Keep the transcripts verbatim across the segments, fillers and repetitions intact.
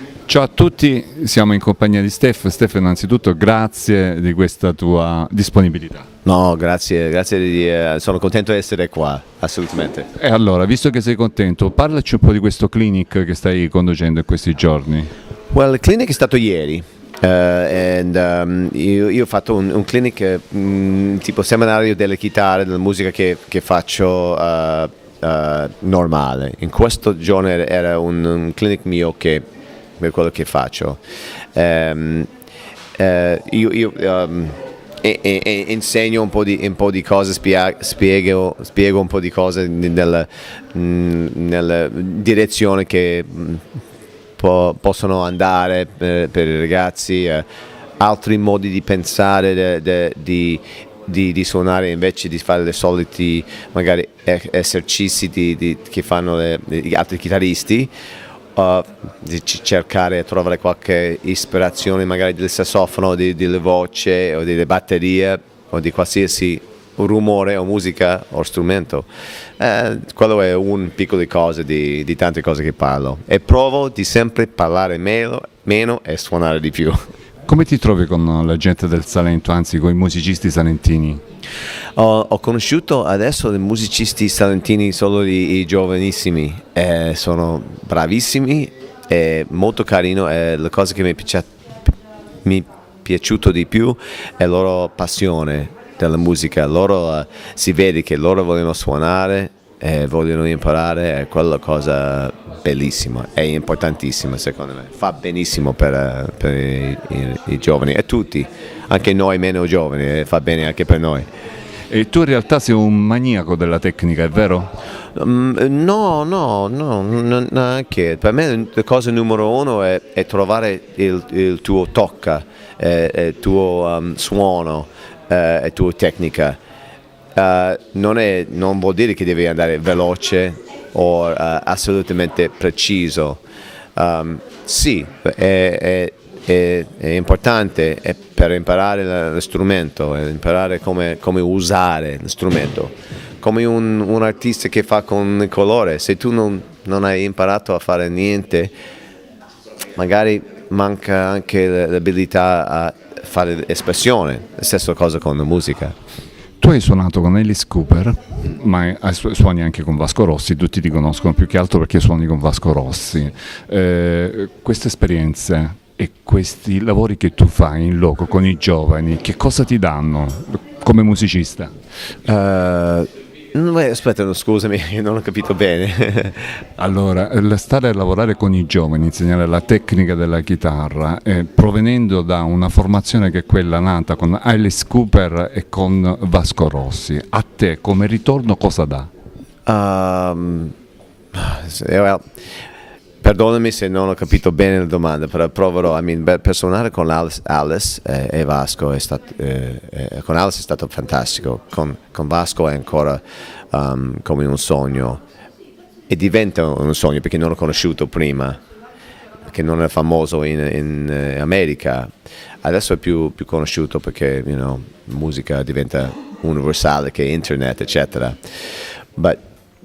Ciao a tutti, siamo in compagnia di Steph. Steph, innanzitutto grazie di questa tua disponibilità. No, grazie, grazie di, eh, sono contento di essere qua, assolutamente. E allora, visto che sei contento, parlaci un po' di questo clinic che stai conducendo in questi giorni. Well, il clinic è stato ieri. Uh, and, um, io, io ho fatto un, un clinic um, tipo seminario delle chitarre, della musica che, che faccio uh, uh, normale. In questo giorno era un, un clinic mio che per quello che faccio. Um, uh, io io um, e, e, e insegno un po' di, un po' di cose, spia, spiego, spiego un po' di cose nella, nella direzione che po- possono andare per, per i ragazzi, eh, altri modi di pensare, de, de, di, di, di suonare invece di fare i soliti magari esercizi di, di, che fanno le, gli altri chitarristi. Uh, di cercare di trovare qualche ispirazione magari del sassofono, di, delle voci o delle batterie o di qualsiasi rumore o musica o strumento. Eh, quello è un piccolo cosa di, di tante cose che parlo e provo di sempre parlare meno, meno e suonare di più. Come ti trovi con la gente del Salento, anzi con i musicisti salentini? Ho, ho conosciuto adesso i musicisti salentini, solo i, i giovanissimi, eh, sono bravissimi, è molto carino e la cosa che mi è, piaci- mi è piaciuto di più è la loro passione della musica. Loro uh, si vede che loro vogliono suonare e vogliono imparare, è quella cosa bellissima, è importantissima secondo me, fa benissimo per, per i, i, i giovani e tutti, anche noi meno giovani, fa bene anche per noi. E tu in realtà sei un maniaco della tecnica, è vero? Um, no, no, no, non anche. Per me la cosa numero uno è, è trovare il, il tuo tocca, eh, il tuo um, suono, eh, la tua tecnica. Uh, non, è, non vuol dire che devi andare veloce o uh, assolutamente preciso. Um, sì, è, è, è, è importante è per imparare lo strumento, imparare come, come usare lo strumento, come un, un artista che fa con il colore. Se tu non, non hai imparato a fare niente, magari manca anche l'abilità a fare espressione. La stessa cosa con la musica. Tu hai suonato con Alice Cooper, ma suoni anche con Vasco Rossi, tutti ti conoscono più che altro perché suoni con Vasco Rossi. Eh, queste esperienze e questi lavori che tu fai in loco con i giovani, che cosa ti danno come musicista? Uh, aspetta, scusami, non ho capito bene. Allora, stare a lavorare con i giovani, insegnare la tecnica della chitarra, eh, provenendo da una formazione che è quella nata con Alice Cooper e con Vasco Rossi, a te come ritorno cosa dà? Um, well, perdonami se non ho capito bene la domanda, però proverò. I mean, per suonare con Alice, Alice eh, e Vasco è stato, eh, eh, con Alice è stato fantastico, con, con Vasco è ancora um, come un sogno e diventa un sogno perché non l'ho conosciuto prima, perché non è famoso in, in uh, America. Adesso è più, più conosciuto perché you know, musica diventa universale, che internet eccetera. But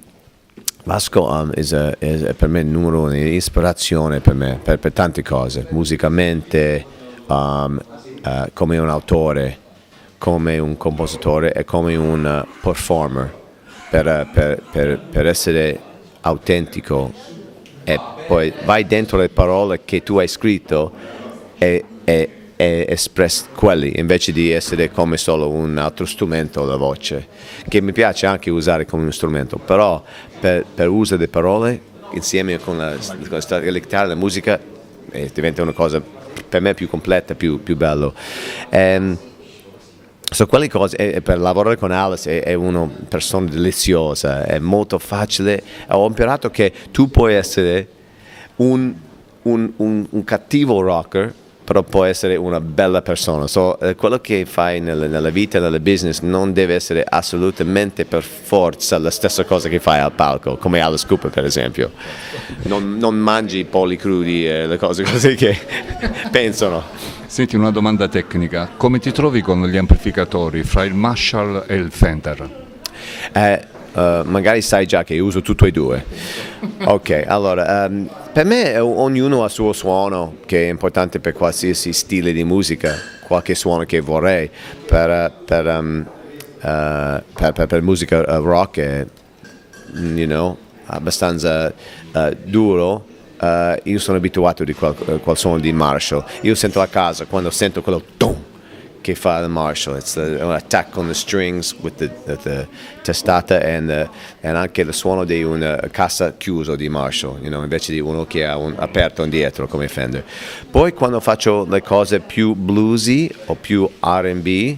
Vasco um, is a, is a, per me numero uno, ispirazione per me, per, per tante cose, musicalmente, um, uh, come un autore, come un compositore e come un uh, performer, per, per, per, per essere autentico e poi vai dentro le parole che tu hai scritto e, e, e espress quelli invece di essere come solo un altro strumento, la voce, che mi piace anche usare come uno strumento, però per, per usare le parole insieme con la, con la chitarra, la musica eh, diventa una cosa per me più completa, più, più bello. Um, so quelle cose, e per lavorare con Alice è, è una persona deliziosa, è molto facile. Ho imparato che tu puoi essere un, un, un, un cattivo rocker, però può essere una bella persona. So, eh, quello che fai nella, nella vita, nel business, non deve essere assolutamente per forza la stessa cosa che fai al palco, come Alice Cooper per esempio. Non, non mangi i polli crudi e le cose così che pensano. Senti, una domanda tecnica, come ti trovi con gli amplificatori fra il Marshall e il Fender? Eh, uh, magari sai già che uso tutti e due. Ok, allora, um, per me ognuno ha il suo suono che è importante per qualsiasi stile di musica, qualche suono che vorrei. Per, per, um, uh, per, per, per musica rock è, you know, abbastanza uh, duro. Uh, io sono abituato di quel, quel suono di Marshall. Io sento a casa quando sento quello tom che fa il Marshall, it's the, an attack on the strings with the, the, the testata and, uh, and anche il suono di una cassa chiuso di Marshall, you know, invece di uno che ha un aperto indietro come Fender. Poi quando faccio le cose più bluesy o più R and B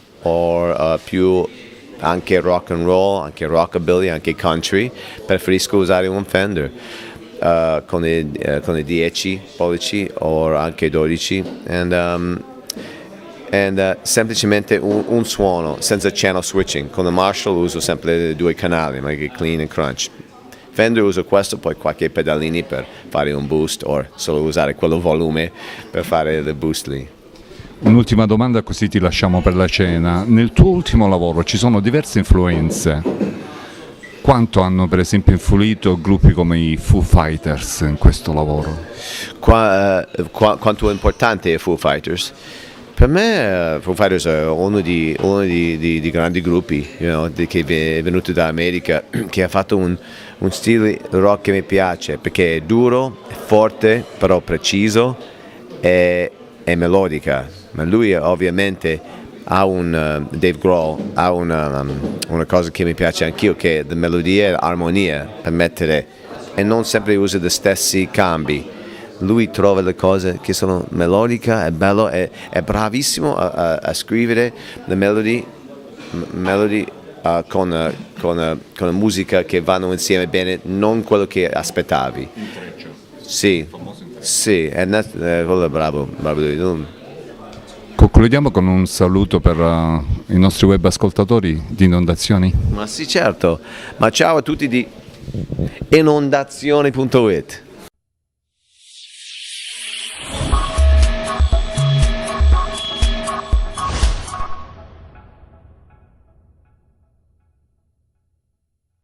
o uh, più anche rock and roll, anche rockabilly, anche country, preferisco usare un Fender. Uh, con, i, uh, con i dieci pollici o anche dodici and, um, and uh, semplicemente un, un suono senza channel switching. Con il Marshall uso sempre due canali, magari clean e crunch. Fender uso questo, poi qualche pedalini per fare un boost o solo usare quello volume per fare il boost lì. Un'ultima domanda così ti lasciamo per la cena. Nel tuo ultimo lavoro ci sono diverse influenze. Quanto hanno per esempio influito gruppi come i Foo Fighters in questo lavoro? Qua, uh, qua, quanto è importante i Foo Fighters? Per me uh, Foo Fighters è uno di, uno di, di, di grandi gruppi, you know, di, che è venuto dall'America, che ha fatto un, un stile rock che mi piace, perché è duro, è forte, però preciso e, e melodica. Ma lui ovviamente ha un uh, Dave Grohl ha una, um, una cosa che mi piace anch'io, che è la melodia e l'armonia per mettere, e non sempre usa gli stessi cambi. Lui trova le cose che sono melodica, è bello, è, è bravissimo a, a, a scrivere le melody, m- melody uh, con, uh, con, uh, con la musica che vanno insieme bene, non quello che aspettavi. Sì, sì, è, net, è quello è bravo, bravo lui. Concludiamo con un saluto per uh, i nostri web ascoltatori di Inondazioni. Ma sì, certo, ma ciao a tutti di inondazioni punto it.